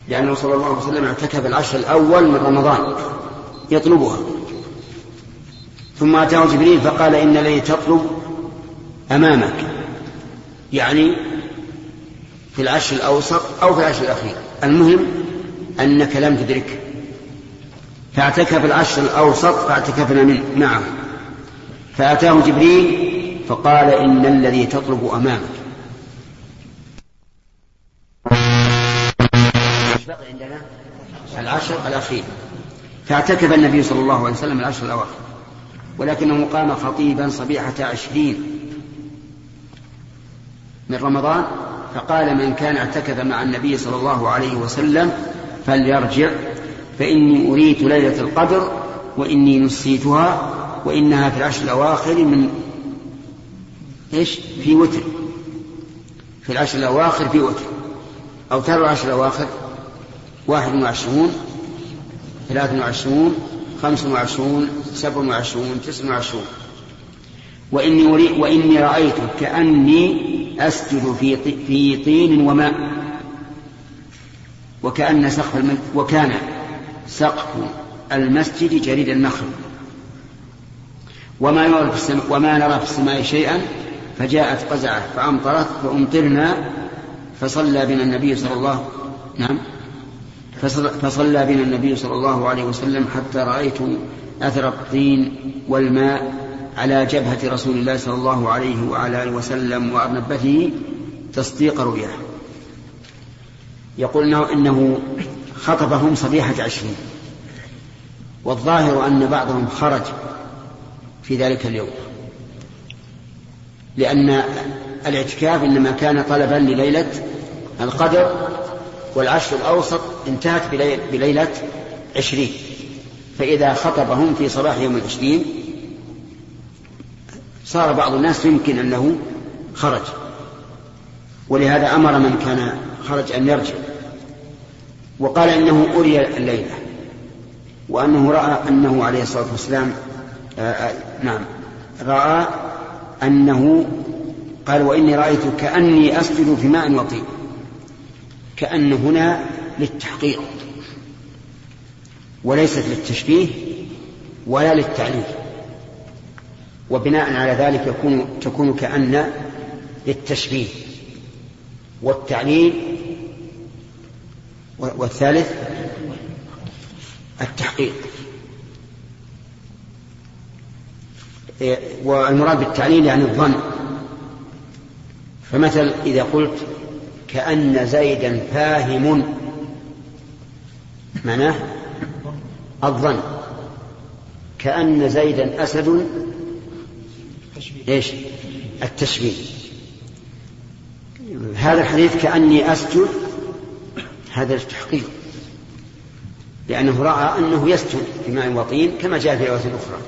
لأنه صلى الله عليه وسلم اعتكف العشر الأول من رمضان يطلبها، ثم أتاه جبريل فقال إن الذي تطلب أمامك، يعني في العشر الأوسط أو في العشر الأخير، المهم أنك لم تدركه، فاعتكف العشر الأوسط فاعتكفنا معه، فأتاه جبريل فقال إن الذي تطلب أمامك. بقي عندنا العشر الأخير، فاعتكف النبي صلى الله عليه وسلم العشر الأواخر، ولكنه قام خطيبا صبيحة 20 من رمضان، فقال من كان اعتكف مع النبي صلى الله عليه وسلم فليرجع، فإني أريت ليلة القدر وإني نسيتها، وإنها في العشر الأواخر من في وتر، في العشر الأواخر في وتر، أو ترى العشر الأواخر 21 23 25 27 29. وإني رأيت كأني أسجد في طين وماء، وكان سقف المسجد جريد النخل، وما نرى في السماء شيئا، فجاءت قزعة فأمطرت فأمطرنا، فصلى بنا النبي صلى الله عليه وسلم حتى رأيت أثر الطين والماء على جبهة رسول الله صلى الله عليه وعلى آله وسلم وأرنبته تصديق رؤياه. يقول إنه خطبهم صبيحة 20، والظاهر أن بعضهم خرج في ذلك اليوم، لأن الاعتكاف إنما كان طلبا لليلة القدر، والعشر الأوسط انتهت بليلة 20، فإذا خطبهم في صباح يوم 20 صار بعض الناس يمكن أنه خرج، ولهذا أمر من كان خرج أن يرجع، وقال إنه أري الليلة، وأنه رأى أنه عليه الصلاة والسلام رأى أنه قال وإني رأيت كأني أسجد في ماء وطين، كأن هنا للتحقيق وليست للتشبيه ولا للتعليل، وبناء على ذلك تكون كأن للتشبيه والتعليل، والثالث التحقيق. والمراد بالتعليل يعني الظن، فمثل إذا قلت كأن زيدا فاهم، معناه الظن، كأن زيدا أسد التشبيه. هذا الحديث كأني أسجد هذا التحقيق، لأنه رأى أنه يسجد في ماء وطين كما جاء في رواية أخرى.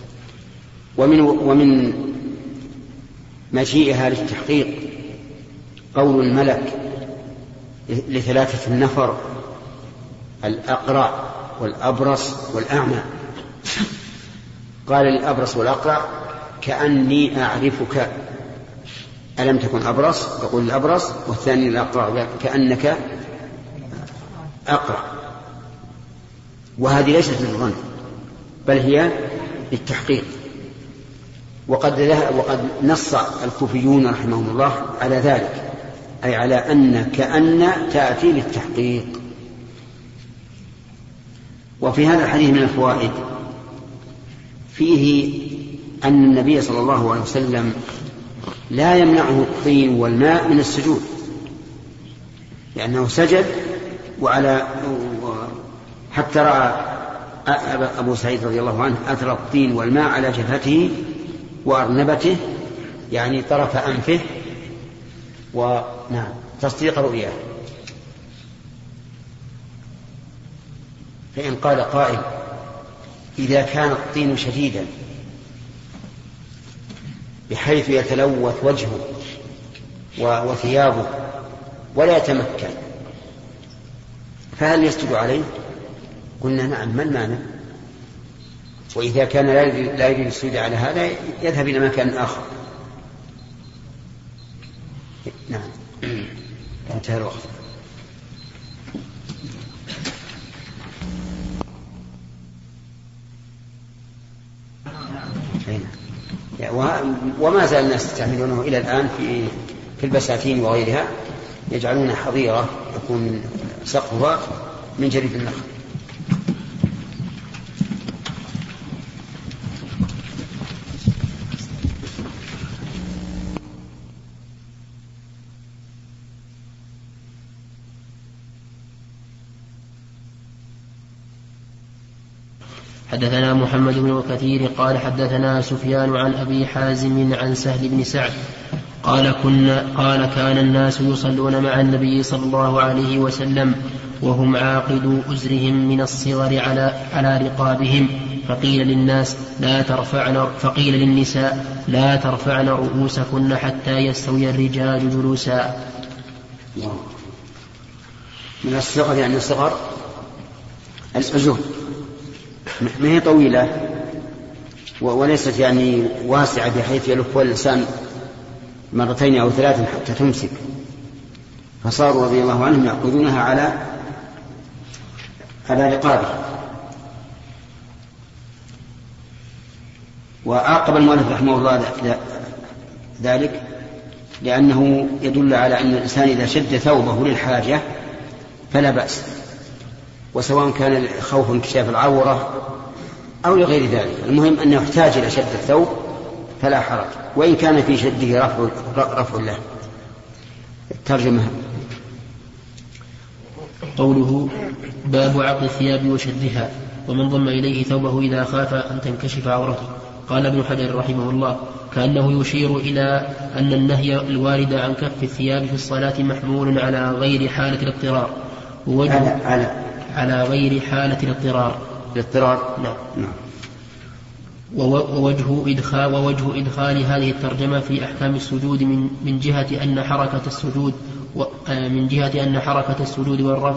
ومن مجيئها للتحقيق قول الملك ل3 النفر الأقرع والأبرص والأعمى، قال للأبرص والأقرع كأني أعرفك، ألم تكن أبرص؟ يقول الأبرص، والثاني الأقرع كأنك أقرع. وهذه ليست للظن بل هي للتحقيق. وقد نص الكوفيون رحمهم الله على ذلك، أي على أن كأن تأتي للتحقيق. وفي هذا الحديث من الفوائد فيه أن النبي صلى الله عليه وسلم لا يمنعه الطين والماء من السجود، لأنه سجد حتى رأى أبو سعيد رضي الله عنه أثر الطين والماء على جبهته وأرنبته، يعني طرف أنفه، تصديق رؤياه. فإن قال قائل إذا كان الطين شديدا بحيث يتلوث وجهه وثيابه ولا يتمكن، فهل يسجد عليه؟ قلنا نعم، ما المانع؟ وإذا كان لا يريد السجود على هذا يذهب إلى مكان آخر. نعم، انتهى الوقت. وما زال الناس يستعملونه إلى الآن في البساتين وغيرها، يجعلون حظيرة يكون سقفها من جريد النخل. حدثنا محمد بن كثير قال حدثنا سفيان عن أبي حازم عن سهل بن سعد قال كان الناس يصلون مع النبي صلى الله عليه وسلم وهم عاقدو أزرهم من الصغر على رقابهم، فقيل للنساء لا ترفعن رؤوسكن حتى يستوي الرجال جلوسا. من الصغر يعني الصغر الأزر، ما هي طويلة وليست يعني واسعة بحيث يلف الإنسان مرتين أو ثلاثا حتى تمسك، فصاروا رضي الله عنهم يأخذونها على رقابه. وعاقب المؤلف رحمه الله ذلك لأنه يدل على أن الإنسان إذا شد ثوبه للحاجة فلا بأس، وسواء كان خوف انكشاف العورة أو لغير ذلك، المهم أنه يحتاج إلى شد الثوب فلا حرج، وإن كان في شده رفع له. الترجمة. قوله باب عقد الثياب وشدها ومن ضم إليه ثوبه إذا خاف أن تنكشف عورته. قال ابن حجر رحمه الله كأنه يشير إلى أن النهي الوارد عن كف الثياب في الصلاة محمول على غير حالة الاضطرار على غير حالة الاضطرار. نعم. ووجه إدخال هذه الترجمة في أحكام السجود من جهة أن حركة السجود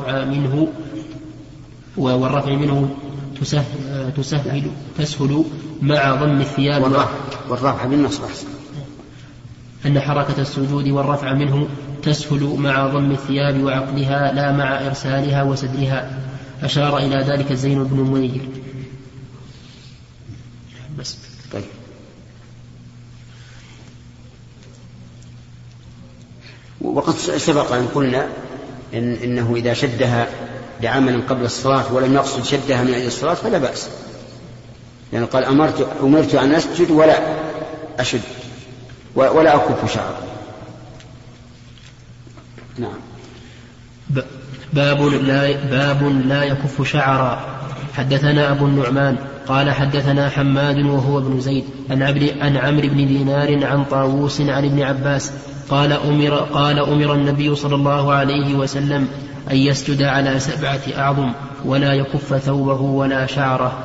والرفع منه تسهل مع ضم الثياب والرفع بالنصب، أن حركة السجود والرفع منه تسهل مع ضم الثياب وعقلها لا مع إرسالها وسدلها. أشار إلى ذلك زين بن منير. بس. طيب. وقد سبق أن قلنا إنه إذا شدها لعمل قبل الصلاة ولم يقصد شدها من أجل الصلاة فلا بأس، يعني قال أمرت أن أسجد ولا أشد ولا أكف شعر. نعم. باب لا يكف شعرا. حدثنا أبو النعمان قال حدثنا حماد وهو ابن زيد عن عمرو بن دينار عن طاووس عن ابن عباس قال أمر النبي صلى الله عليه وسلم أن يسجد على 7 أعظم ولا يكف ثوبه ولا شعره.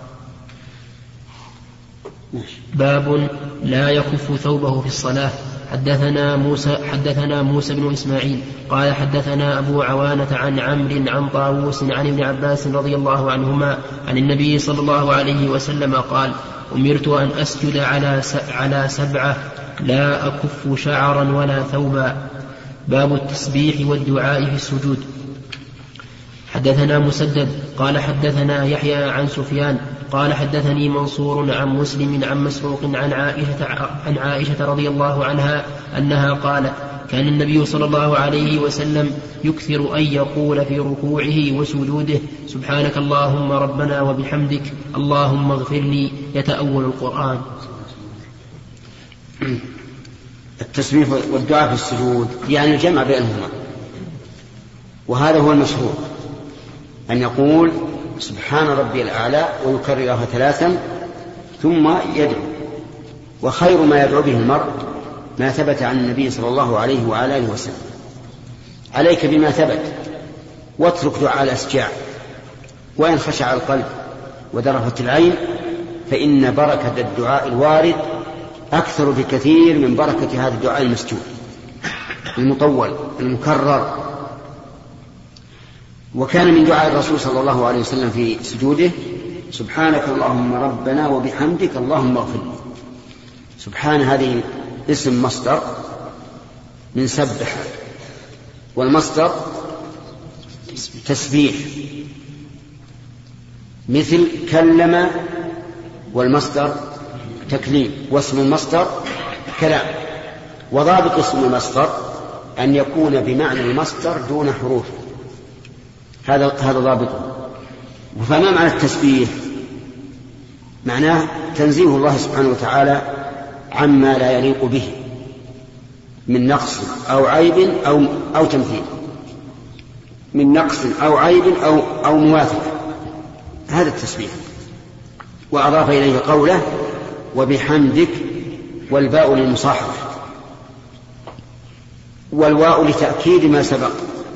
باب لا يكف ثوبه في الصلاة. حدثنا موسى بن إسماعيل قال حدثنا أبو عوانة عن عمرو عن طاووس عن ابن عباس رضي الله عنهما عن النبي صلى الله عليه وسلم قال أمرت أن أسجد على 7 لا أكف شعرا ولا ثوبا. باب التسبيح والدعاء في السجود. حدثنا مسدد قال حدثنا يحيى عن سفيان قال حدثني منصور عن مسلم عن مسروق عن عائشة رضي الله عنها أنها قالت كان النبي صلى الله عليه وسلم يكثر أن يقول في ركوعه وسجوده سبحانك اللهم ربنا وبحمدك اللهم اغفر لي، يتأول القرآن. التسبيح والدعاء في السجود يعني الجمع بينهما، وهذا هو المشهور أن يقول سبحان ربي الأعلى ويكررها 3 ثم يدعو، وخير ما يدعو به المرء ما ثبت عن النبي صلى الله عليه وآله وسلم. عليك بما ثبت واترك دعاء الأسجاع، وإن خشع القلب ودرفت العين فإن بركة الدعاء الوارد أكثر بكثير من بركة هذا الدعاء المسجود المطول المكرر. وكان من دعاء الرسول صلى الله عليه وسلم في سجوده سبحانك اللهم ربنا وبحمدك اللهم اغفر لي. سبحان هذه اسم مصدر من سبح، والمصدر تسبيح مثل كلم، والمصدر تكليم، واسم المصدر كلام. وضابط اسم المصدر أن يكون بمعنى المصدر دون حروف، هذا ضابطه. فما معنى التسبيح؟ معناه تنزيه الله سبحانه وتعالى عما لا يليق به من نقص أو عيب أو تمثيل، من نقص أو عيب أو مواثقة، هذا التسبيح. وأضاف إليه قوله وبحمدك، والباء للمصاحبة، والواء لتأكيد ما سبق،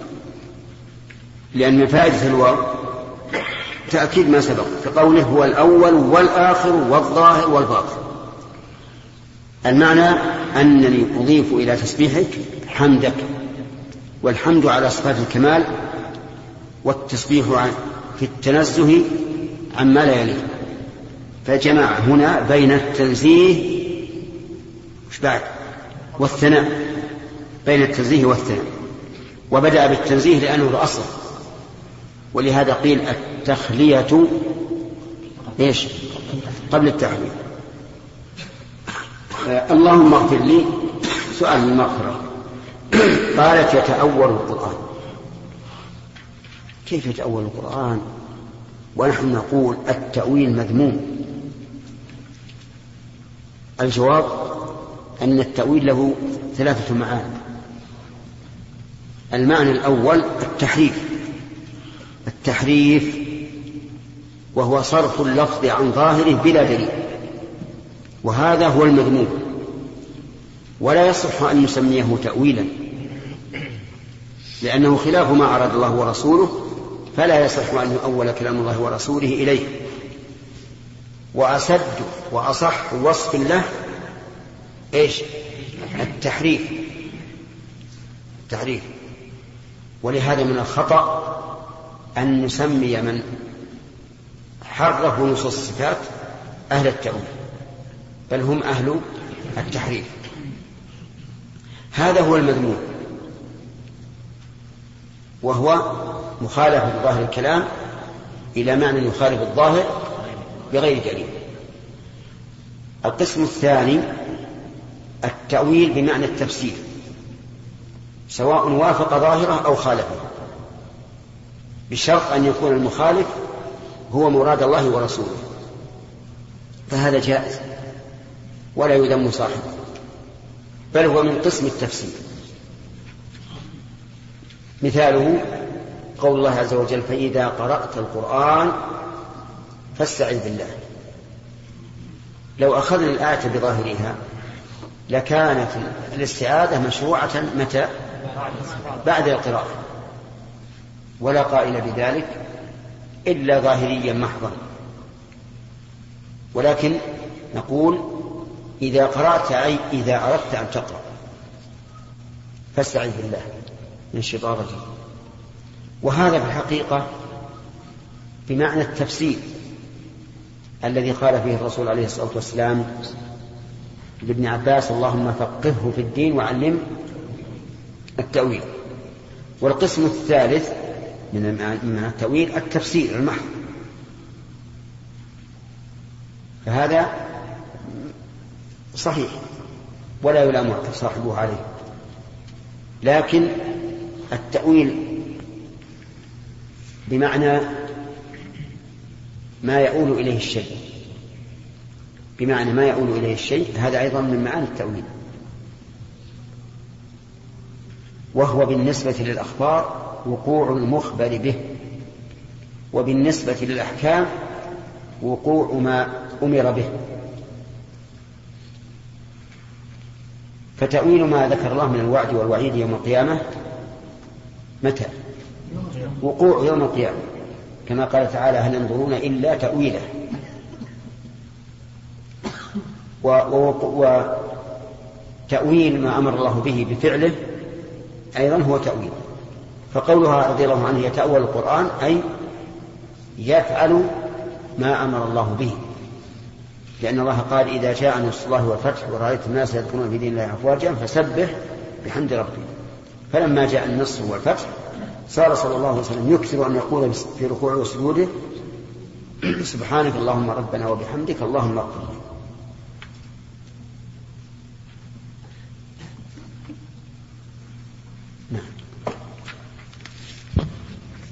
لأن فائدة الواو تأكيد ما سبق، كقوله هو الأول والآخر والظاهر والباطن. المعنى أنني أضيف إلى تسبيحك حمدك، والحمد على صفات الكمال، والتسبيح في التنزه عما لا يليق. فجمع هنا بين التنزيه والثناء، بين التنزيه والثناء، وبدأ بالتنزيه لأنه الأصل، ولهذا قيل التخلية إيش؟ قبل التحليل. اللهم اغفر لي، سؤال المغفرة. قالت يتأول القرآن. كيف يتأول القرآن ونحن نقول التأويل مذموم؟ الجواب أن التأويل له 3 معاني. المعنى الأول التحريف، وهو صرف اللفظ عن ظاهره بلا دليل، وهذا هو المذموم، ولا يصح أن نسميه تأويلا، لأنه خلاف ما أراد الله ورسوله، فلا يصح أن يؤول كلام الله ورسوله إليه. وأسد وأصح وصف له إيش؟ التحريف. ولهذا من الخطأ أن نسمي من حرفوا نصوص الصفات أهل التأويل، بل هم أهل التحريف. هذا هو المذموم، وهو مخالفة ظاهر الكلام إلى معنى يخالف الظاهر بغير دليل. القسم الثاني التأويل بمعنى التفسير، سواء وافق ظاهره أو خالفه، بشرط أن يكون المخالف هو مراد الله ورسوله، فهذا جائز ولا يذم صاحبه، بل هو من قسم التفسير. مثاله قول الله عز وجل فإذا قرأت القرآن فاستعذ بالله. لو أخذنا الآية بظاهرها لكانت الاستعاذة مشروعة متى؟ بعد القراءة، ولا قائل بذلك إلا ظاهريا محضا. ولكن نقول إذا قرأت أي إذا أردت أن تقرأ فاستعذ بالله من الشيطان الرجيم. وهذا في الحقيقة بمعنى التفسير الذي قال فيه الرسول عليه الصلاة والسلام لابن عباس اللهم فقهه في الدين وعلم التأويل. والقسم الثالث من التأويل التفسير المحض، فهذا صحيح ولا يلام صاحبه عليه. لكن التأويل بمعنى ما يؤول إليه الشيء، بمعنى ما يؤول إليه الشيء، هذا أيضا من معاني التأويل. وهو بالنسبة للأخبار وقوع المخبر به، وبالنسبة للأحكام وقوع ما أمر به. فتأويل ما ذكر الله من الوعد والوعيد يوم القيامة متى؟ وقوع يوم القيامة، كما قال تعالى هل ينظرون إلا تأويله. وتأويل ما أمر الله به بفعله أيضا هو تأويل. فقولها رضي الله عنه يتأول القرآن أي يفعل ما أمر الله به، لأن الله قال إذا جاء نصر الله والفتح ورأيت الناس يدخلون في دين الله أفواجا فسبح بحمد ربك. فلما جاء النصر والفتح صار صلى الله عليه وسلم يكثر أن يقول في ركوعه وسجوده سبحانك اللهم ربنا وبحمدك اللهم اغفر لي.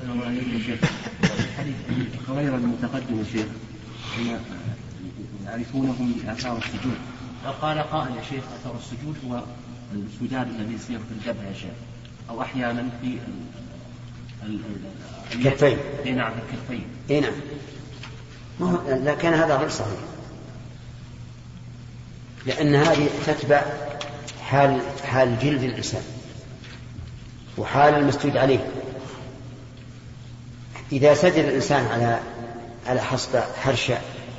السلام عليكم يا شيخ. الحديث غير المتقدم يا شيخ هم يعرفونهم بآثار السجود، فقال قائل يا شيخ آثار السجود هو السجاد الذي يصير في الجبهة يا شيخ، أو أحيانا في الكفين. نعم الكفين. نعم. لكن هذا غير صحيح، لأن هذه تتبع حال جلد الإنسان وحال المسجود عليه. إذا سجد الإنسان على حصبة حرشة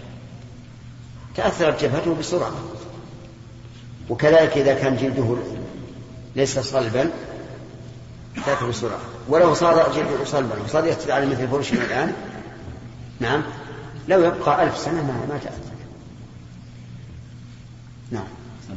تأثرت جبهته بسرعة، وكذلك إذا كان جلده ليس صلبا تأثر بسرعة. ولو صار جلده صلبا وصار يسجد على مثل فرشنا الآن، نعم، لو يبقى 1000 سنة ما تأثر. نعم.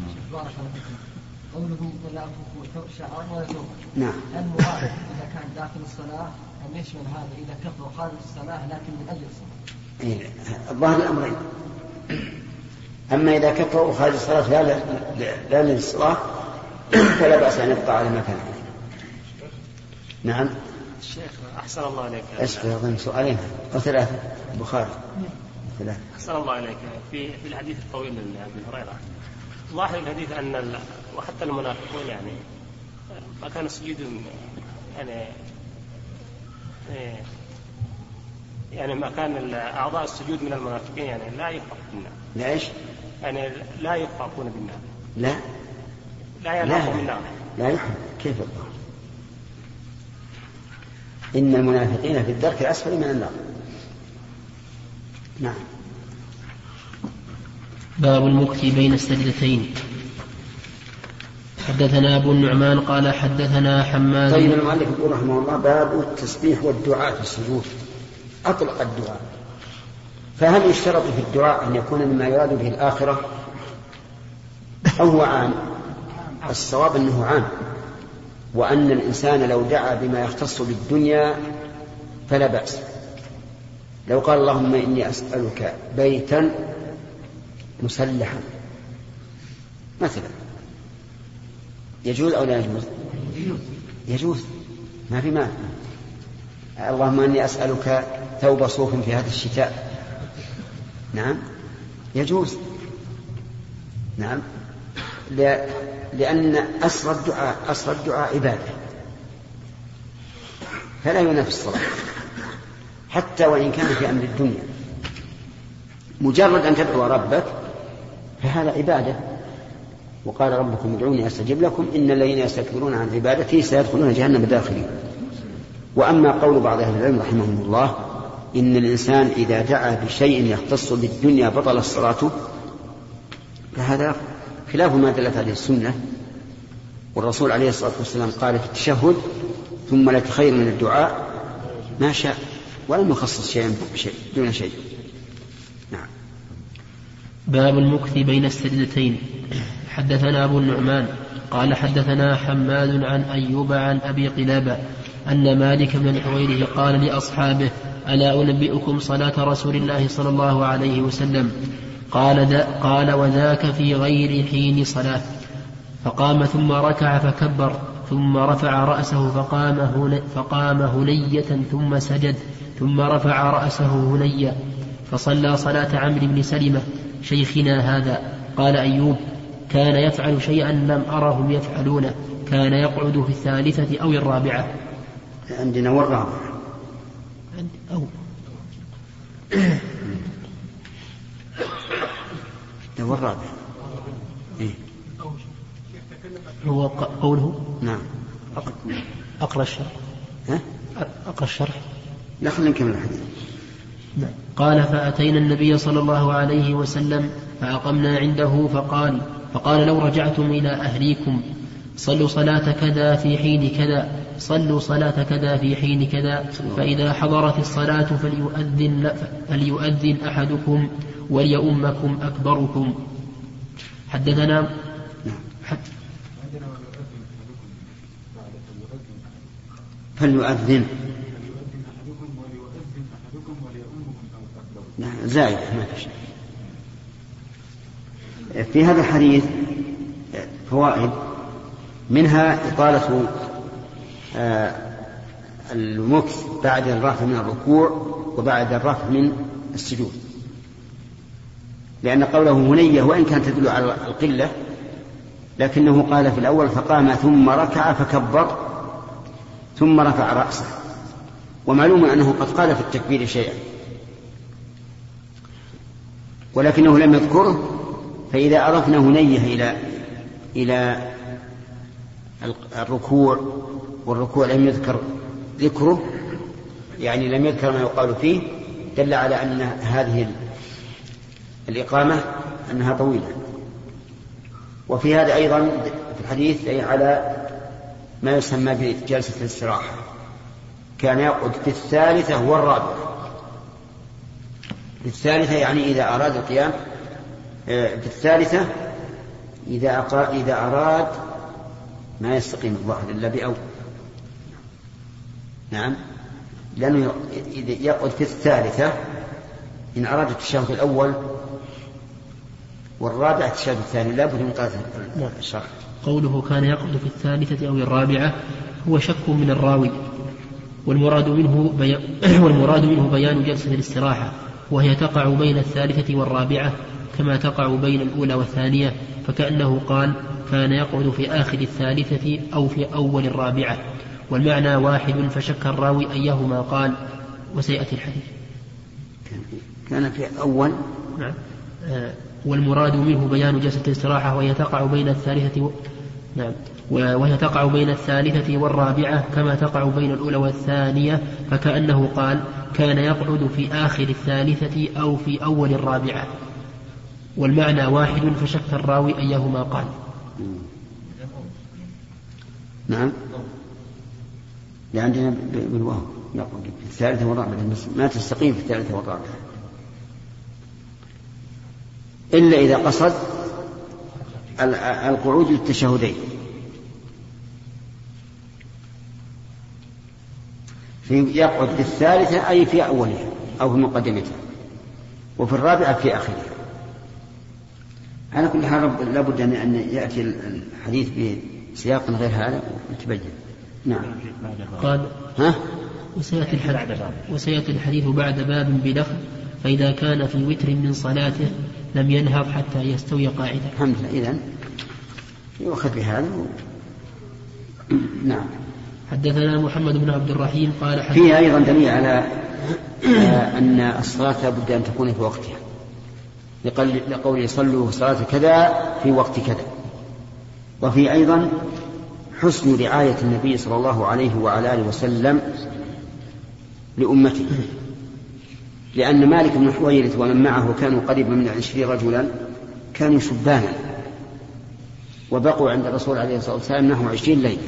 قوله ولا أنفخ شعر ولا ثوب. نعم. المراد إذا كان داخل الصلاة أن يشمل هذا إذا كفر خارج الصلاة لكن من أجل الصلاة. الظاهر الأمرين. أما إذا كفر خارج الصلاة لا للصلاة فلا بأس أن يبقى على ما كان عليه. نعم. الشيخ أحسن الله عليك. أظن سؤالين أو 3 البخاري. 3. أحسن الله عليك. في الحديث الطويل لأبي هريرة ظاهر الحديث أن وحتى المنافقون يعني ما كان سجود يعني ما كان أعضاء السجود من المنافقين يعني لا يخفق بالنار. ليش؟ يعني لا يخفقون بالنار. لا يخفقون بالنار. لا يخفق. كيف الله؟ إن المنافقين في الدرك الأسفل من النار. نعم. باب المكث بين السجدتين. حدثنا أبو النعمان قال حدثنا حماد. طيب المؤلف يقول رحمه الله باب التسبيح والدعاء في السجود. أطلق الدعاء، فهل يشترط في الدعاء أن يكون مما يراد به الآخرة أو هو عام؟ الصواب أنه عام، وأن الإنسان لو دعا بما يختص بالدنيا فلا بأس. لو قال اللهم إني أسألك بيتا مسلحا مثلا، يجوز أو لا يجوز؟ يجوز، ما في مانع. اللهم إني أسألك ثوب صوف في هذا الشتاء، نعم يجوز. نعم، لأن أصل الدعاء عبادة فلا ينافي الصلاة حتى وإن كان في أمر الدنيا. مجرد أن تدعو ربك فهذا عبادة، وقال ربكم ادعوني أستجب لكم إن الذين يستكبرون عن عبادتي سيدخلون جهنم داخلين. وأما قول بعض أهل العلم رحمهم الله إن الإنسان إذا دعا بشيء يختص بالدنيا بطل الصلاة، فهذا خلاف ما دلت عليه السنة، والرسول عليه الصلاة والسلام قال في التشهد ثم لك خير من الدعاء ما شاء، ولم يخصص شيئا دون شيء. نعم. باب المكث بين السجدتين. حدثنا أبو النعمان قال حدثنا حماد عن أيوب عن أبي قلابة أن مالك بن الحويرث قال لأصحابه ألا أنبئكم صلاة رسول الله صلى الله عليه وسلم؟ قال وذاك في غير حين صلاة. فقام ثم ركع فكبر ثم رفع رأسه فقام هنية ثم سجد ثم رفع رأسه هنية، فصلى صلاة عمرو بن سلمة شيخنا هذا. قال أيوب كان يفعل شيئا لم أرهم يفعلونه، كان يقعد في الثالثة أو الرابعة. عندنا والرابعة والرابعة إيه؟ هو قوله نعم. أقرأ الشرح. أقرأ الشرح. لا خلينا نكمل الحديث. قال فأتينا النبي صلى الله عليه وسلم فأقمنا عنده فقال لو رجعتم إلى أهليكم صلوا صلاة كذا في حين كذا، صلوا صلاة كذا في حين كذا، فإذا حضرت الصلاة فليؤذن أحدكم وليؤمكم أكبركم. حدثنا فليؤذن زائد ما في شيء. في هذا الحديث فوائد، منها إطالة المكث بعد الرفع من الركوع وبعد الرفع من السجود، لأن قوله هنية وإن كانت تدل على القلة لكنه قال في الأول فقام ثم ركع فكبر ثم رفع رأسه، ومعلوم أنه قد قال في التكبير شيئا ولكنه لم يذكره. فإذا أضفنا هنية إلى الركوع والركوع لم يذكر ذكره، يعني لم يذكر ما يقال فيه، دل على أن هذه الإقامة أنها طويلة. وفي هذا أيضا في الحديث أي على ما يسمى بجلسة الاستراحة، كان يقعد في الثالثة والرابعة. في الثالثة يعني إذا أراد القيام، في الثالثة إذا أراد ما يستقيم الظاهر إلا بأول، نعم، لأنه يقعد في الثالثة إن أراد التشهد الأول، والرابعة التشهد الثاني، لا بد من قراءة الشرح. قوله كان يقعد في الثالثة أو الرابعة هو شك من الراوي، والمراد منه بيان جلسة الاستراحة، وهي تقع بين الثالثة والرابعة كما تقع بين الأولى والثانية، فكأنه قال كان يقعد في آخر الثالثة أو في أول الرابعة، والمعنى واحد فشك الراوي أيهما قال، وسيأتي الحديث. كان في أول، نعم. والمراد منه بيان جلسة الاستراحة وهي تقع بين الثالثة نعم، وهي تقع بين الثالثة والرابعة كما تقع بين الأولى والثانية، فكأنه قال كان يقعد في آخر الثالثة أو في أول الرابعة، والمعنى واحد فشك الراوي أيهما قال. نعم، لعندنا بالواو يقعد في الثالثة والرابعة، ما تستقيم في الثالثة والرابعة إلا إذا قصد القعود للتشهدين. يقعد في الثالثة أي في أولها أو في مقدمتها، وفي الرابعة في آخرها. على كل حال لابد أن يأتي الحديث بسياق غير هذا وتبين. نعم. قال وسيأتي الحديث بعد باب بلفظ فإذا كان في وتر من صلاته لم ينهض حتى يستوي قاعدا. الحمد لله. إذن يؤخذ بهذا نعم. حدثنا محمد بن عبد الرحيم قال فيه أيضا دليل على أن الصلاة لابد أن تكون في وقتها، لقول صلوا صلاة كذا في وقت كذا. وفي أيضا حسن رعاية النبي صلى الله عليه وعلى آله وسلم لأمته، لأن مالك بن حويرث ومن معه كانوا قريبا من 20 رجلا، كانوا شبانا وبقوا عند الرسول عليه الصلاة والسلام نحو 20 ليلة،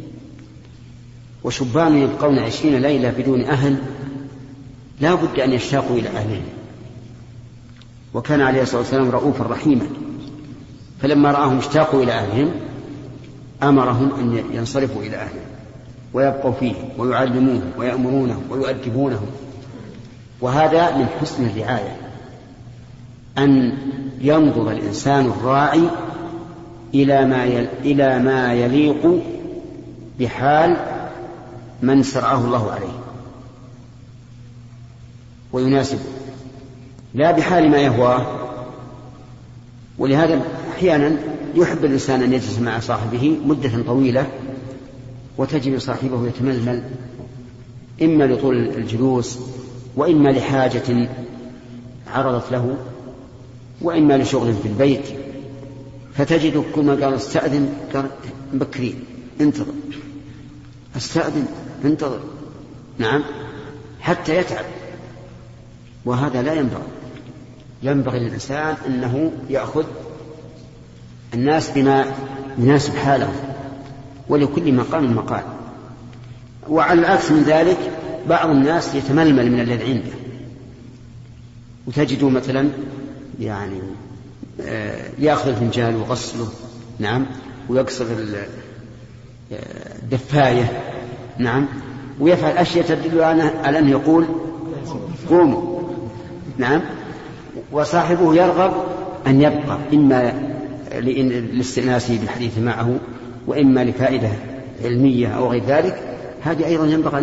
وشبان يبقون 20 ليلة بدون أهل لا بد أن يشتاقوا إلى أهلهم. وكان عليه الصلاة والسلام رؤوفا رحيما، فلما رآهم اشتاقوا إلى أهلهم أمرهم أن ينصرفوا إلى أهلهم ويبقوا فيه ويعلموه ويأمرونه ويؤدبونه. وهذا من حسن الرعاية، أن ينظر الإنسان الراعي إلى ما يليق بحال من سرعه الله عليه ويناسبه، لا بحال ما يهواه. ولهذا أحيانا يحب الإنسان أن يجلس مع صاحبه مدة طويلة وتجد صاحبه يتململ، إما لطول الجلوس وإما لحاجة عرضت له وإما لشغل في البيت، فتجد كل ما قال استأذن قال بكري انتظر، استأذن انتظر، نعم، حتى يتعب. وهذا لا ينبغي للإنسان أنه يأخذ الناس بما يناسب حاله، ولكل مقام مقال. وعلى العكس من ذلك بعض الناس يتململ من الذي عنده، وتجده مثلا يعني يأخذ الفنجان ويغسله، نعم، ويكسر الدفاية، نعم، ويفعل أشياء تدل على أن يقول قوموا، نعم، وصاحبه يرغب أن يبقى، إما لاستئناسه بالحديث معه وإما لفائدة علمية أو غير ذلك. هذه أيضا ينبغي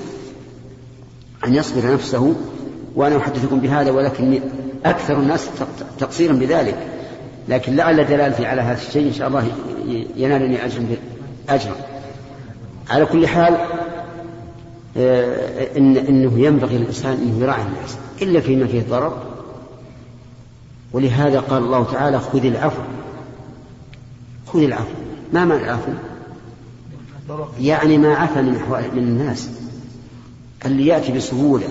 أن يصبر نفسه. وأنا أحدثكم بهذا ولكن أكثر الناس تقصيرا بذلك، لكن لعل دلالتي على هذا الشيء إن شاء الله ينالني أجرا. على كل حال إنه ينبغي للإنسان أنه يراعي الناس إلا فيما فيه ضرر، ولهذا قال الله تعالى خذ العفو. خذ العفو، ما معنى العفو؟ يعني ما عفى من الناس، اللي يأتي بسهولة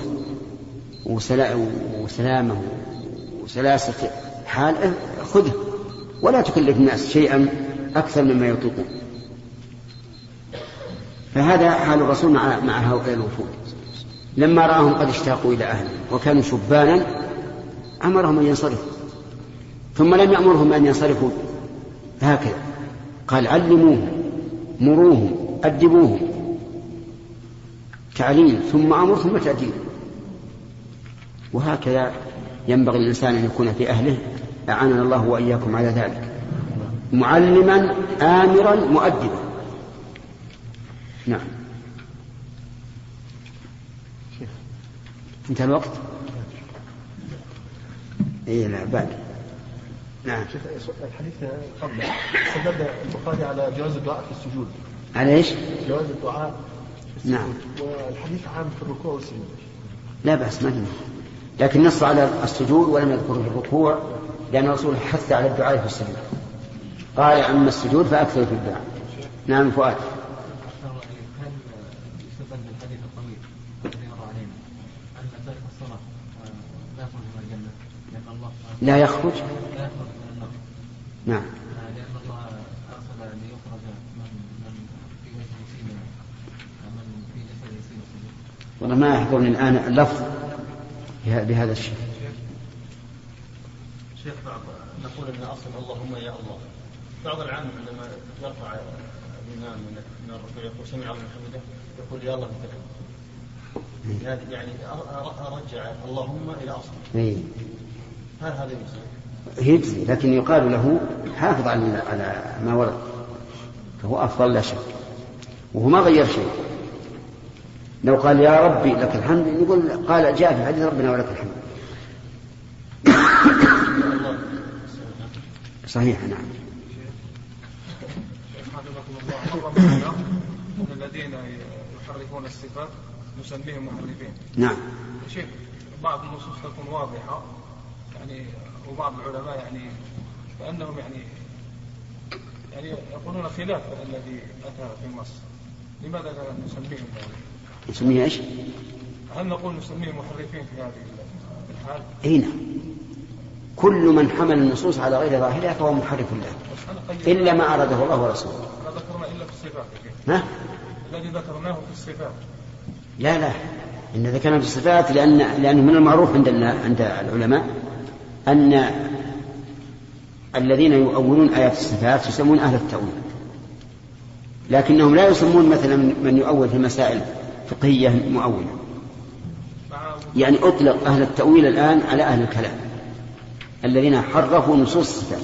وسلامه وسلاسة حال خذه، ولا تكلف الناس شيئا أكثر مما يطيقون. فهذا حال الرسول مع هؤلاء الوفود. لما رآهم قد اشتاقوا إلى أهلهم وكانوا شبانا أمرهم أن ينصرفوا، ثم لم يأمرهم أن ينصرفوا هكذا، قال علموهم مروهم أدبوهم، تعليم ثم أمر ثم تأديب. وهكذا ينبغي الإنسان أن يكون في أهله، أعاننا الله وإياكم على ذلك، معلما آمرا مؤدبا. نعم. انتهى الوقت. إيه لا بعد. نعم. الحديث قبل استدل البخاري على جواز الدعاء في السجود. على ايش؟ جواز الدعاء في السجود. نعم. والحديث عام في الركوع والسجود. لا بأس، ما في، لكن نص على السجود ولم يذكر في الركوع، لأن الرسول حث على الدعاء في السجود، قال أما السجود فأكثر في الدعاء. نعم فؤاد. لا يخرج. نعم. لأن الله أرسل أن يخرج من في وجه سينا ومن في جسد سينا. والله ما يحضرني الآن اللفظ بهذا الشيء. شيخ نقول أن أصل اللهم يا الله، بعض العام عندما يرفع الإمام من الركوع يقول سمع الله حمده يقول يا الله يعني أرجع اللهم إلى أصله. هل هذا يجزي، لكن يقال له حافظ على ما ورد، فهو أفضل لا شك، وهو ما غير شيء. لو قال يا ربي لك الحمد يقول قال جاء في حديث ربنا ولك الحمد. صحيح. نعم. الذين يحرفون الصفات نسميهم محرفين. نعم. شيخ بعض النصوص تكون واضحة يعني، وبعض العلماء يعني فأنهم يعني يقولون خلاف الذي أتى في مصر. لماذا لا نسميهم ذلك؟ نسميه إيش؟ هل نقول نسميهم محرفين في هذه الحال؟ أي نعم. كل من حمل النصوص على غير ظاهرها فهو محرف له، إلا ما أراده الله ورسوله. ما ذكرنا إلا في الصفات. ها؟ الذي ذكرناه في الصفات. لا إن ذكرنا في الصفات لأنه من المعروف عند العلماء أن الذين يؤولون آيات الصفات يسمون أهل التأويل، لكنهم لا يسمون مثلا من يؤول في مسائل فقهية مؤولة. يعني أطلق أهل التأويل الآن على أهل الكلام الذين حرفوا نصوص الصفات.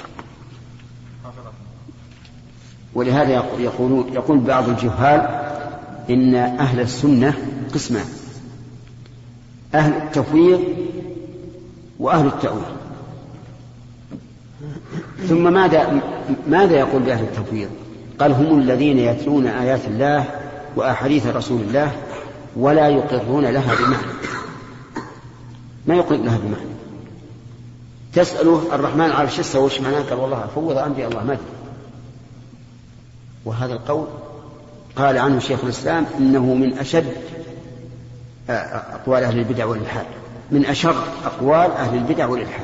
ولهذا يقول بعض الجهال إن أهل السنة قسمان: أهل التفويض وأهل التأويل. ثم ماذا يقول بأهل التفويض؟ قال هم الذين يتلون آيات الله وأحاديث رسول الله ولا يقرون لها بمعنى، ما يقر لها بمعنى. تسأله الرحمن على العرش استوى وش معناه؟ قال والله فوض أمري الله ما أدري. وهذا القول قال عنه شيخ الإسلام إنه من أشد أقوال أهل البدع والإلحاد، من أشر أقوال أهل البدع والإلحاد،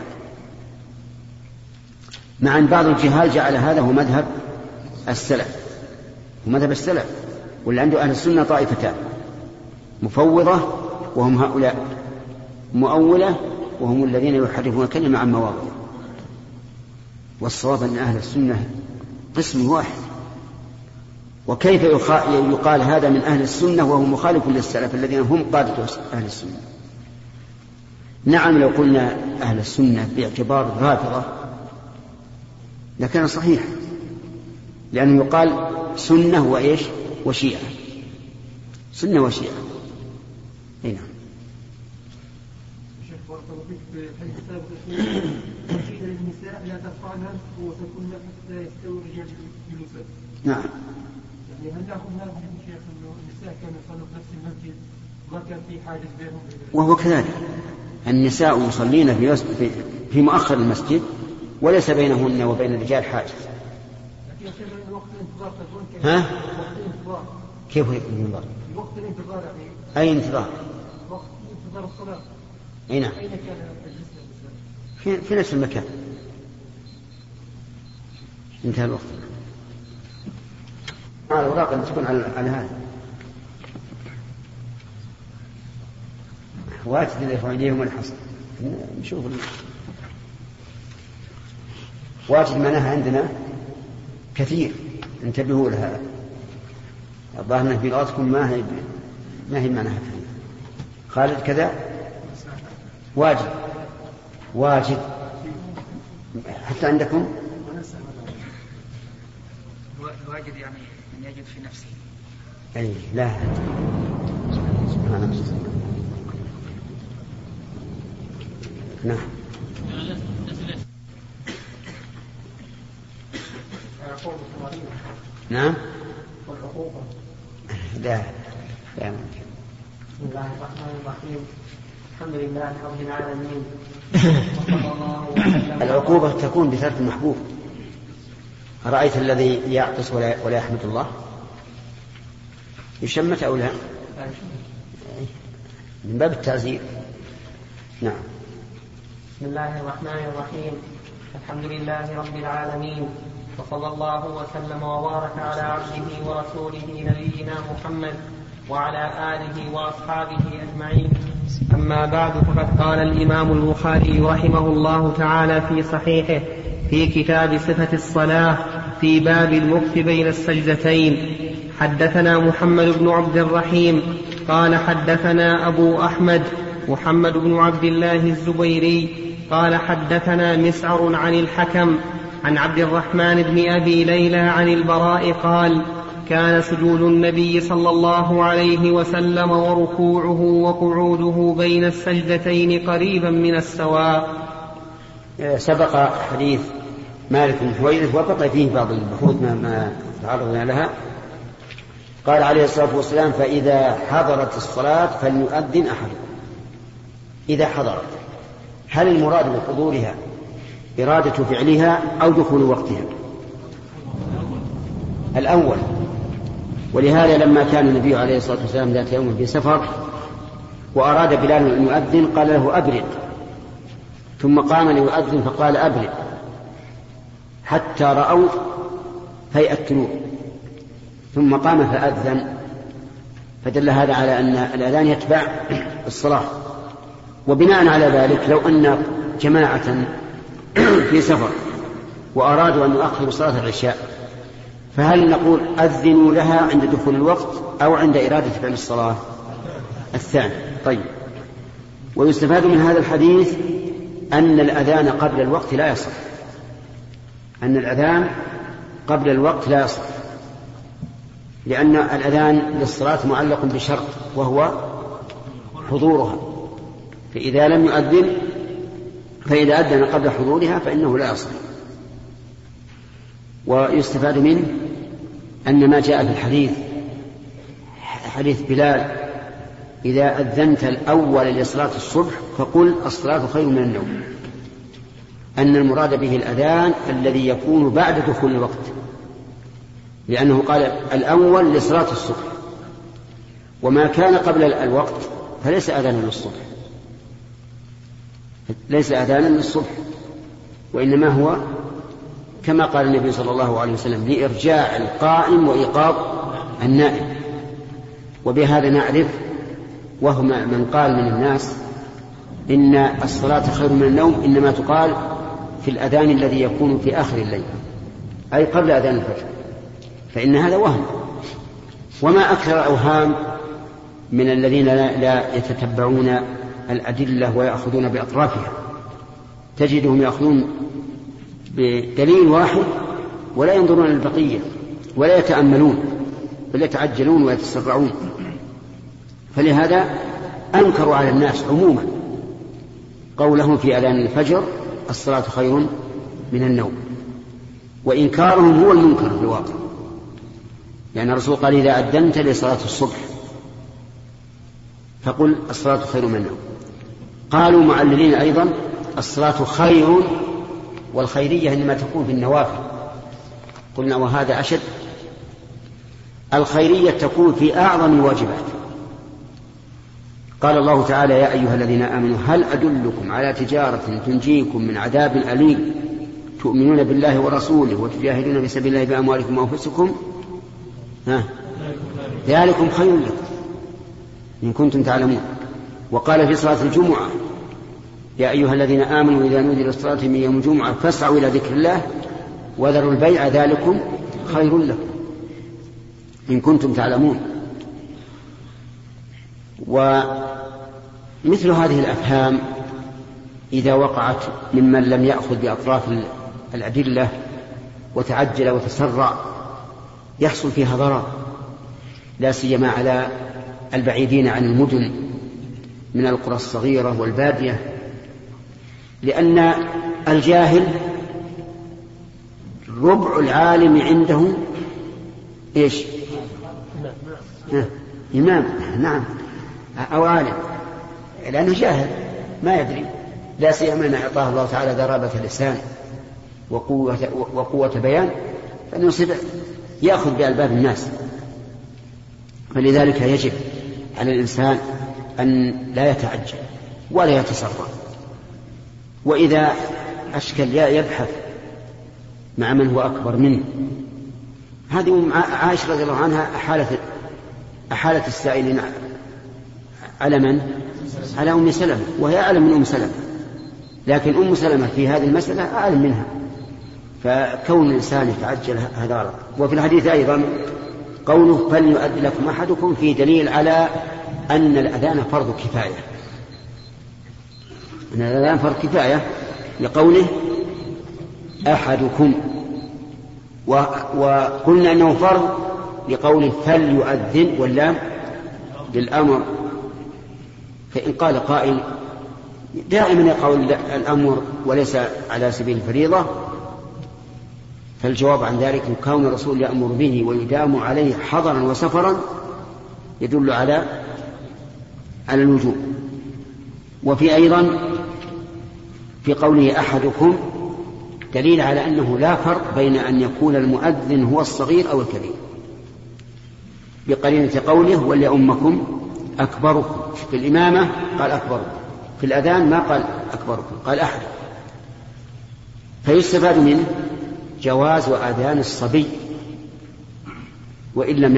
مع أن بعض الجهال جعل هذا هو مذهب السلف ومذهب السلف. واللي عنده أهل السنة طائفتان: مفوضة وهم هؤلاء، مؤولة وهم الذين يحرفون كلمة عن مواضعه. والصواب أن أهل السنة قسم واحد. وكيف يقال هذا من أهل السنة وهو مخالف للسلف الذين هم قادة أهل السنة؟ نعم لو قلنا أهل السنة باعتبار الرافضة لكان صحيح، لأنه يقال سنة وإيش وشيعة، سنة وشيعة. نعم. شيخ بارك الله فيك في الحديث السابق قيل للنساء لا ترفعن وتكن حتى يستوي الرجال جلوسا. نعم. يعني هل نأخذ هذا الحديث شيخ أنه النساء كانوا يصلوا في نفس المسجد ما كان في حاجز بينهم؟ وهو كذلك، النساء يصلين في مؤخر المسجد وليس بينهن وبين الرجال حاجز. لكن شيخ وقت الانتظار تكون ها؟ وقت الانتظار. كيف الانتظار؟ وقت الانتظار يعني. أي انتظار؟ وقت انتظار الصلاة. أي نعم. أين كان الجلسة؟ في نفس المكان. انتهى الوقت. الأوراق اللي تكون على هذا واجد اللي يرفع يديهم الحصر. نشوف واجد معناها عندنا كثير، انتبهوا لها. الظاهر في لغتكم ما هي معناها كثير. خالد كذا واجد حتى عندكم الواجد يعني أن يجد في نفسه. أي لا سبحان الله. نعم. نعم. لا ممكن. بسم الله الرحمن الرحيم. الحمد لله رب العالمين. العقوبة تكون بترك المحبوب. أرأيت الذي يعطس ولا يحمد الله يشمت أو لا؟ من باب التعزير. نعم. بسم الله الرحمن الرحيم. الحمد لله رب العالمين، وصلى الله وسلم وبارك على عبده ورسوله نبينا محمد وعلى آله وأصحابه أجمعين. أما بعد، فقد قال الإمام البخاري رحمه الله تعالى في صحيحه في كتاب صفة الصلاة في باب المكث بين السجدتين: حدثنا محمد بن عبد الرحيم قال حدثنا أبو أحمد محمد بن عبد الله الزبيري قال حدثنا مسعر عن الحكم عن عبد الرحمن بن أبي ليلى عن البراء قال: كان سجود النبي صلى الله عليه وسلم وركوعه وقعوده بين السجدتين قريبا من السواء. سبق حديث مالك بن حويرث وبقي فيه بعض البحوث ما تعرضنا لها. قال عليه الصلاة والسلام: فإذا حضرت الصلاة فليؤذن أحدكم. إذا حضرت، هل المراد بحضورها إرادة فعلها أو دخول وقتها؟ الأول. ولهذا لما كان النبي عليه الصلاة والسلام ذات يوم في سفر وأراد بلال أن يؤذن قال له: أبرد. ثم قام ليؤذن فقال: أبرد، حتى رأوا هيئة الطلوع، ثم قام فأذن. فدل هذا على أن الأذان يتبع الصلاة. وبناء على ذلك، لو أن جماعة في سفر وأرادوا أن يؤخروا صلاة العشاء، فهل نقول أذنوا لها عند دخول الوقت أو عند إرادة فعل الصلاة؟ الثاني. طيب. ويستفاد من هذا الحديث أن الأذان قبل الوقت لا يصح، أن الأذان قبل الوقت لا يصح، لأن الأذان للصلاة معلق بشرط وهو حضورها، فإذا لم يؤذن فإذا أذن قبل حضورها فإنه لا يصح. ويستفاد منه أن ما جاء في الحديث حديث بلال: إذا أذنت الأول لصلاة الصبح فقل الصلاة خير من النوم، أن المراد به الأذان الذي يكون بعد دخول الوقت، لأنه قال الأول لصلاة الصبح، وما كان قبل الوقت فليس أذانا للصبح، ليس أذانا للصبح، وإنما هو كما قال النبي صلى الله عليه وسلم: لإرجاع القائم وإيقاظ النائم. وبهذا نعرف وهم من قال من الناس إن الصلاة خير من النوم إنما تقال في الأذان الذي يكون في آخر الليل، أي قبل أذان الفجر، فإن هذا وهم. وما أكثر الأوهام من الذين لا يتتبعون الأدلة ويأخذون بأطرافها، تجدهم يأخذون بدليل واحد ولا ينظرون للبقية ولا يتأملون بل يتعجلون ويتسرعون. فلهذا أنكروا على الناس عموما قولهم في أذان الفجر الصلاة خير من النوم، وإنكارهم هو المنكر في الواقع، لأن الرسول قال إذا أذنت لصلاة الصبح فقل الصلاة خير من النوم. قالوا معللين أيضا الصلاة خير، والخيرية إنما تكون في النوافل. قلنا وهذا أشد، الخيرية تكون في أعظم الواجبات. قال الله تعالى يا أيها الذين آمنوا هل أدلكم على تجارة تنجيكم من عذاب أليم تؤمنون بالله ورسوله وتجاهدون في سبيل الله بأموالكم وأنفسكم ذلكم خير لكم إن كنتم تعلمون. وقال في صلاة الجمعة يا أيها الذين آمنوا إذا نودي للصلاة من يوم الجمعة فاسعوا إلى ذكر الله وذروا البيع ذلكم خير لكم إن كنتم تعلمون. ومثل هذه الأفهام إذا وقعت ممن لم يأخذ بأطراف الأدلة وتعجل وتسرع يحصل فيها ضرر، لا سيما على البعيدين عن المدن من القرى الصغيرة والبادية، لأن الجاهل ربع العالم عنده إيش؟ إمام، نعم، أو عالم، لأنه جاهل ما يدري، لا سيما أن أعطاه الله تعالى ذرابة اللسان وقوة بيان فإنه يأخذ بألباب الناس. فلذلك يجب على الإنسان أن لا يتعجل ولا يتسرع، وإذا أشكل يبحث مع من هو أكبر منه. هذه عائشة رضي الله عنها أحالت السائلين على من؟ على أم سلمة، وهي أعلم من أم سلمة، لكن أم سلمة في هذه المسألة أعلم منها، فكون الإنسان يتعجل هذا غلط. وفي الحديث أيضا قوله فليؤذن لكم أحدكم في دليل على أن الأذان فرض كفاية، أن الأذان فرض كفاية لقوله أحدكم، وقلنا أنه فرض لقوله فليؤذن واللام للأمر. فإن قال قائل دائما يقول الأمر وليس على سبيل الفريضة، فالجواب عن ذلك كون الرسول يأمر به ويدام عليه حضرا وسفرا يدل على الوجوب. وفي أيضا في قوله أحدكم دليل على أنه لا فرق بين أن يكون المؤذن هو الصغير أو الكبير، بقرينة قوله وليؤمكم أكبركم. في الإمامة قال أكبركم، في الأذان ما قال أكبركم، قال أحد. فيستفاد منه جواز وأذان الصبي وإن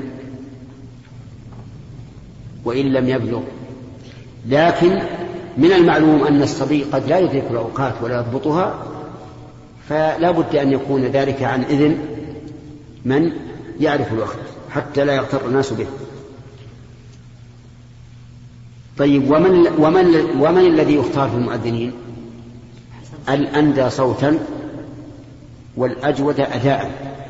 لم يبلغ، لكن من المعلوم أن الصبي قد لا يدرك الأوقات ولا يضبطها، فلا بد أن يكون ذلك عن إذن من يعرف الوقت حتى لا يغتر الناس به. طيب ومن الذي يختار في المؤذنين؟ الأندى صوتا والأجود أداء،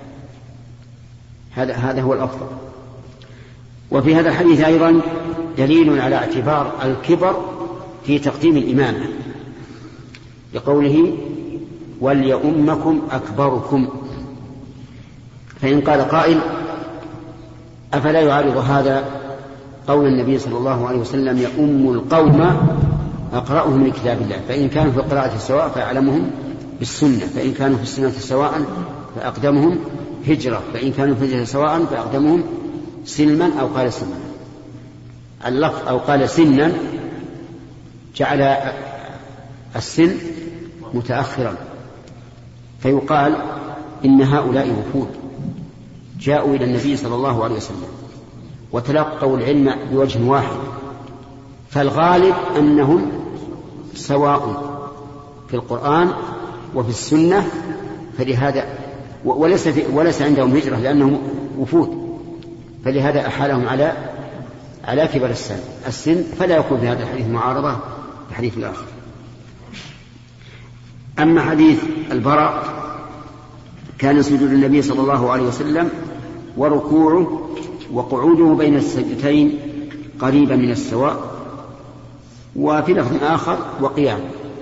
هذا هو الأفضل. وفي هذا الحديث أيضا دليل على اعتبار الكبر في تقديم الإمامة، لقوله وليؤمكم أكبركم. فإن قال قائل أفلا يعارض هذا قول النبي صلى الله عليه وسلم يؤم القوم أقرأهم لكتاب الله، فإن كانوا في القراءة سواء فأعلمهم بالسنة، فإن كانوا في السنة سواء فأقدمهم هجرة، فإن كانوا في الهجرة سواء فأقدمهم سلما أو قال سلما. اللفظ أو قال سنا جعل السن متأخرا، فيقال إن هؤلاء وفود جاءوا إلى النبي صلى الله عليه وسلم وتلقوا العلم بوجه واحد، فالغالب أنهم سواء في القرآن وفي السنة، فلهذا وليس عندهم هجرة لأنهم وفود، فلهذا أحالهم على كبر السن، فلا يكون في هذا الحديث معارضة بالحديث الآخر. أما حديث البراء كان سجود النبي صلى الله عليه وسلم وركوعه وقعوده بين السجدتين قريبا من السواء. وفي لفظ آخر وقيام.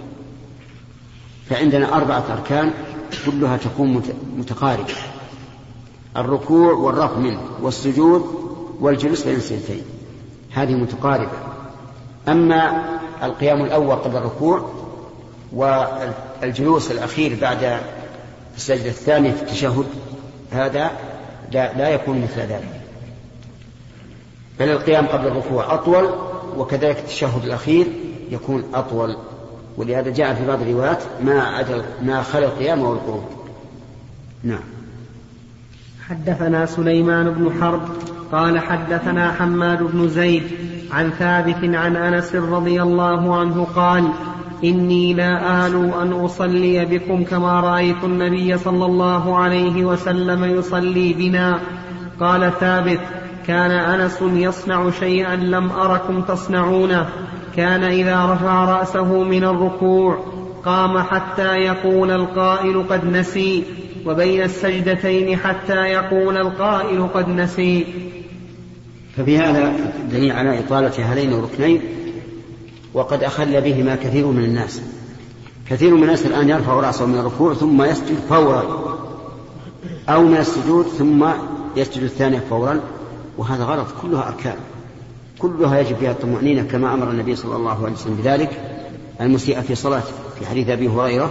فعندنا 4 أركان كلها تكون متقاربة: الركوع والرفع منه والسجود والجلوس بين السجدتين، هذه متقاربة. أما القيام الأول قبل الركوع والجلوس الأخير بعد السجدة الثانية في التشهد هذا لا يكون مثل ذلك، بل القيام قبل الركوع أطول، وكذلك التشهد الأخير يكون أطول. ولهذا جاء في بعض الروايات ما خلا القيام والقعود. نعم. حدثنا سليمان بن حرب قال حدثنا حماد بن زيد عن ثابت عن أنس رضي الله عنه قال: إني لا آلو أن أصلي بكم كما رأيت النبي صلى الله عليه وسلم يصلي بنا. قال ثابت: كان أنس يصنع شيئا لم أركم تصنعونه، كان إذا رفع رأسه من الركوع قام حتى يقول القائل قد نسي، وبين السجدتين حتى يقول القائل قد نسي. ففي هذا دليل على إطالة هذين الركنين، وقد أخل بهما كثير من الناس. كثير من الناس الآن يرفع رأسه من الركوع ثم يسجد فورا، أو من السجود ثم يسجد الثاني فورا، وهذا غلط. كلها أركان، كلها يجب فيها الطمأنينة كما أمر النبي صلى الله عليه وسلم بذلك المسيء في صلاته في حديث أبي هريرة.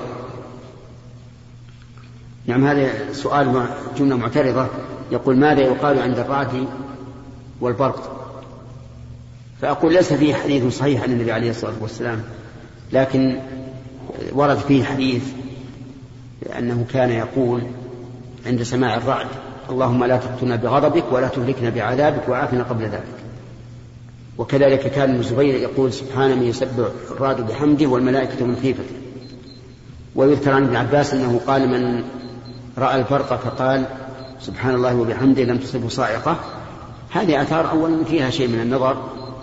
نعم. هذا سؤال جملة معترضة، يقول: ماذا يقال عند الرعد والبرق؟ فأقول: ليس فيه حديث صحيح عن النبي عليه الصلاة والسلام، لكن ورد فيه حديث أنه كان يقول عند سماع الرعد: اللهم لا تقتلنا بغضبك ولا تهلكنا بعذابك وعافنا قبل ذلك. وكذلك كان ابن الزبير يقول: سبحان من يسبح الرعد بحمده والملائكة من خيفته. ويذكر عن ابن عباس أنه قال: من رأى البرق فقال سبحان الله وبحمده لم تصبه صاعقة. هذه آثار أولا فيها شيء من النظر،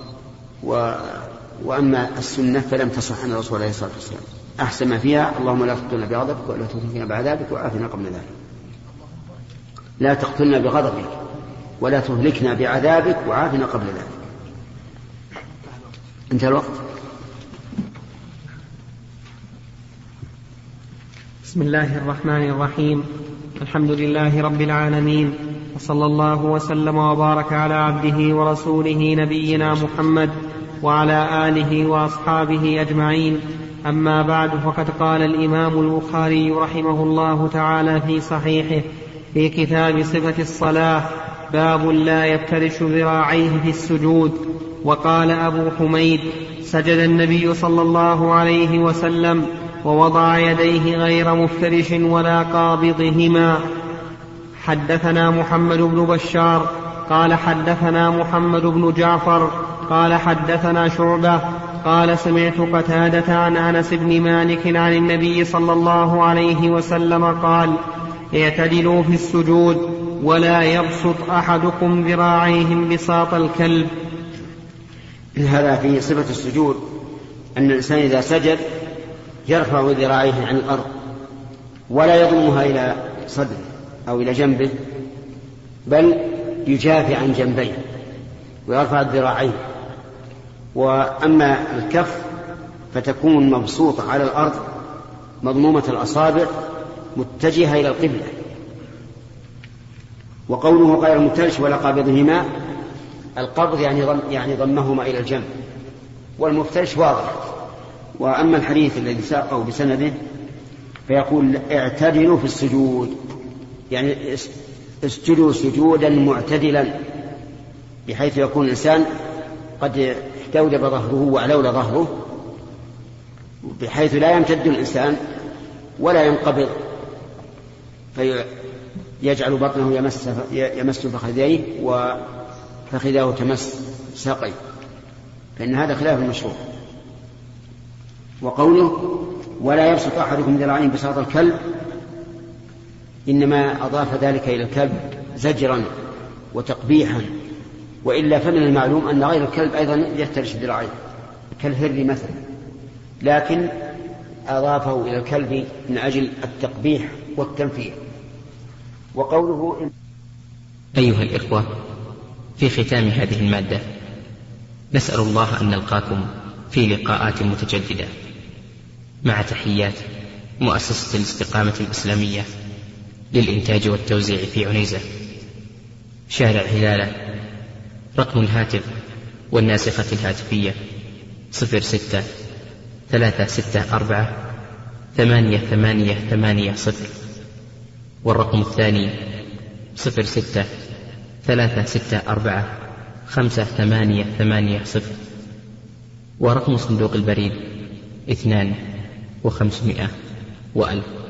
وأما السنة فلم تصح عن الرسول عليه الصلاة والسلام. أحسن ما فيها: اللهم لا تقتلنا بغضبك ولا تهلكنا بعذابك وعافنا قبل ذلك. لا تقتلنا بغضبك ولا تهلكنا بعذابك وعافنا قبل ذلك. انتهى الوقت. بسم الله الرحمن الرحيم. الحمد لله رب العالمين، وصلى الله وسلم وبارك على عبده ورسوله نبينا محمد وعلى آله وأصحابه أجمعين. أما بعد، فقد قال الإمام البخاري رحمه الله تعالى في صحيحه في كتاب صفة الصلاة: باب لا يفترش ذراعيه في السجود. وقال أبو حميد: سجد النبي صلى الله عليه وسلم ووضع يديه غير مفترش ولا قابضهما. حدثنا محمد بن بشار قال حدثنا محمد بن جعفر قال حدثنا شعبة قال: سمعت قتادة عن أنس بن مالك عن النبي صلى الله عليه وسلم قال: اعتدلوا في السجود ولا يبسط أحدكم ذراعيه بساط الكلب. هذا في صفة السجود، أن الإنسان إذا سجد يرفع ذراعيه عن الأرض ولا يضمها إلى صدره أو إلى جنبه، بل يجافي عن جنبيه ويرفع الذراعين. وأما الكف فتكون مبسوطة على الأرض مضمومة الأصابع متجهة إلى القبلة. وقوله غير مفترش ولا قابضهما، القبض يعني ضمهما إلى الجنب، والمفترش واضح. وأما الحديث الذي ساقه بسنده فيقول: اعتدلوا في السجود، يعني اسجدوا سجودا معتدلا، بحيث يكون الإنسان قد احتودب ظهره وعلول ظهره، بحيث لا يمتد الإنسان ولا ينقبض فيجعل بطنه يمس فخذيه وفخذه تمس ساقيه، فإن هذا خلاف المشروع. وقوله: ولا يبسط أحدكم ذراعيه بساط الكلب، إنما أضاف ذلك إلى الكلب زجرا وتقبيحا، وإلا فمن المعلوم أن غير الكلب أيضا يفترش ذراعيه كالهر مثلا، لكن أضافه إلى الكلب من أجل التقبيح والتنفير. وقوله: أيها الإخوة، في ختام هذه المادة نسأل الله أن نلقاكم في لقاءات متجددة. مع تحيات مؤسسة الاستقامة الإسلامية للإنتاج والتوزيع في عنيزة، شارع هلالة. رقم الهاتف والناسخة الهاتفية 06-364-8880، والرقم الثاني 06-364-5880، ورقم صندوق البريد 2500 و1000.